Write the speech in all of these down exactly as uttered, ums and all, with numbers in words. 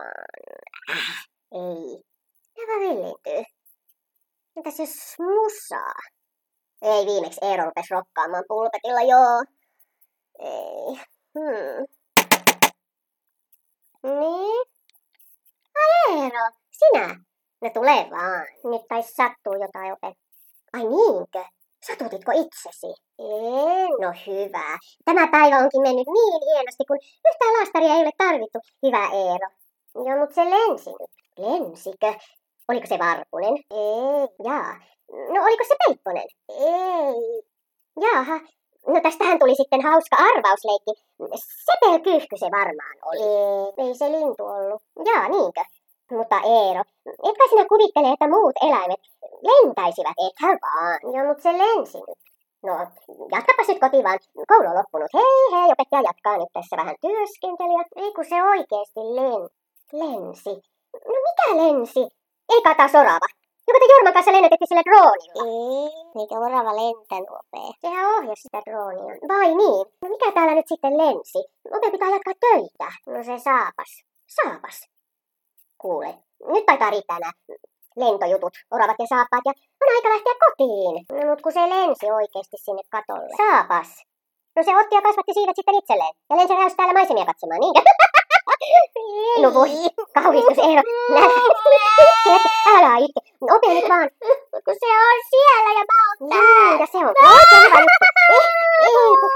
Äh, ei. Ne vaan villiintyy. Mitäs jos musaa? Ei, viimeksi Eero rupes rokkaamaan pulpetilla, joo. Ei. Hmm. Niin? Ai Eero, sinä? No tule vaan. Nyt taisi sattua jotain opet. Ai niinkö? Satutitko itsesi? Ei, no hyvä. Tämä päivä onkin mennyt niin hienosti, kun yhtään laastaria ei ole tarvittu. Hyvä Eero. Joo, mutta se lensi nyt. Lensikö? Oliko se Varpunen? Ei. Jaa. No oliko se Peipponen? Ei. Jaaha. No tästähän tuli sitten hauska arvausleikki. Sepelkyyhky se varmaan oli. Ei, ei se lintu ollut. Jaa, niinkö? Mutta Eero, etkä sinä kuvittele, että muut eläimet lentäisivät, ethän vaan. Joo, mutta se lensi nyt. No, jatkapas nyt kotiin vaan. Koulu on loppunut. Hei hei, opettaja jatkaa nyt tässä vähän työskentelyä. Ei kun se oikeesti len... lensi. No mikä lensi? Ei kai taas orava. Joko te Jorman kanssa lennätettiin sille droonilla? Ei, eikä orava lentänyt opee. Sehän ohjasi sitä droonia. Vai niin? No mikä täällä nyt sitten lensi? Opee pitää jatkaa töitä. No se saapas. Saapas. Kuule, nyt taitaa riittää nämä lentojutut, oravat ja saappaat ja on aika lähteä kotiin. No mut kun se lensi oikeesti sinne katolle. Saapas. No se otti ja kasvatti siivet sitten itselleen. Ja lensi räys täällä maisemia katsomaan, niinkö? No voi, kauhistus Eero. Älä itke. No opea nyt vaan. Kun se on siellä ja mä oon täällä. Niin, ja se on oikein hyvä juttu. Eh, ei kun...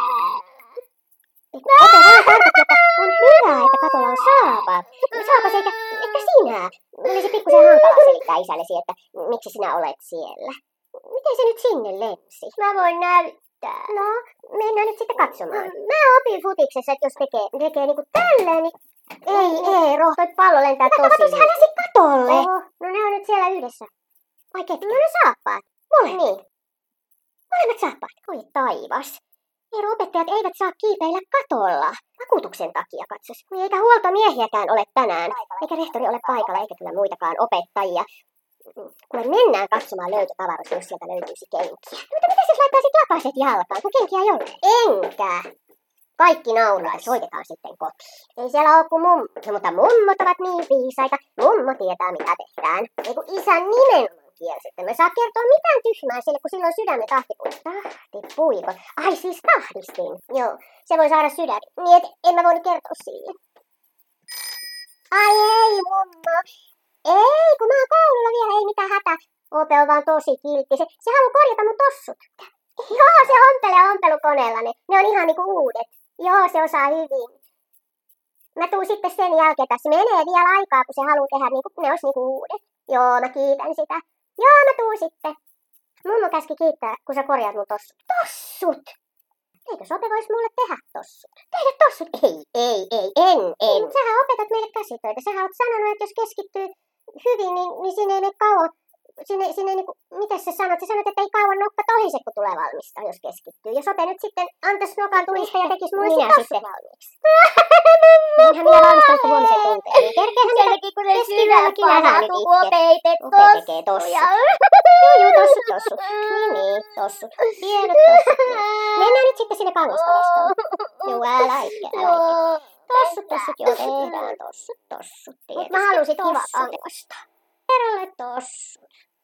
Opea vaan tarkoitti, että on hyvä, että katolla on saapaat. Saapas eikä, että sinä. Olisi pikkusen hankalaa selittää isällesi, että miksi sinä olet siellä. Miten se nyt sinne lensi? Mä voin näyttää. No, mennään nyt sitten katsomaan. Mä opin futiksessa, että jos tekee, tekee niinku tälleen, niin... Ei Eero, toi pallo lentää tosi. Kato, sehän läsi katolle. Oho, no ne on nyt siellä yhdessä. Vai ketkä? No ne saappaat. Molemmat. Niin. Molemmat saappaat. Oi taivas. Eero, opettajat eivät saa kiipeillä katolla. Vakuutuksen takia katsos. Eikä huoltomiehiäkään ole tänään. Eikä rehtori ole paikalla, eikä kyllä muitakaan opettajia. Kuule, mennään katsomaan löytötavaroista, jos sieltä löytyisi kenkiä. Mutta mitä jos laittaisit lakaset jalkaan, kun kenkiä ei ole? Enkä. Kaikki nauraa, soitetaan sitten kotiin. Ei siellä ole kuin mummo. No, mutta mummot ovat niin viisaita. Mummo tietää mitä tehdään. Ei kun isän nimenomaan kielsi, että me saa kertoa mitään tyhmää sille, kun silloin sydämen tahtipuiko. Tahtipuiko? Ai siis tahdistin. Joo, se voi saada sydämin. Niin, et en mä voinut kertoa sille. Ai ei mummo. Ei, kun mä oon koululla vielä, ei mitään hätä. Ope on vaan tosi kiltti. Se, se haluaa korjata mun tossut. Joo, se ompelee ompelukoneella ne. Ne on ihan niinku uudet. Joo, se osaa hyvin. Mä tuun sitten sen jälkeen, tässä menee vielä aikaa, kun se haluaa tehdä niinku, ne ois niinku uudet. Joo, mä kiitän sitä. Joo, mä tuun sitten. Mummo käski kiittää, kun sä korjaat mun tossut. Tossut! Eikö Sope vois mulle tehdä tossut? Tehdä tossut? Ei, ei, ei, en, en. Mut sähän opetat meille käsitöitä. Sähän oot sanonut, että jos keskittyy hyvin, niin, niin siinä ei mene kauan. Sinne, sinne niinku, miten sä sanot? Sä sanot, että ei kauan nokka tohise, kun tulee valmista, jos keskittyy. Ja Sote nyt sitten antais nokan tulista ja tekis mulle sit tossut valmiiksi. Enhän minä valmistan sitä huomisen tunteen. Niin kerkeehän Senkin kun se sydänkin vähän nyt itke. Opeitet Ope tekee tossut. Joo, joo, tossut, tossut. Niin, niin, tossut. Pienet tossut. Mennään nyt sitten sinne kangastoistoon. Joo, älä itke, älä itke. Tossut, tossut, joo, tehdään tossut, tossut. Mut mä halusin kiva tossut. kangasta. Erolle tossut.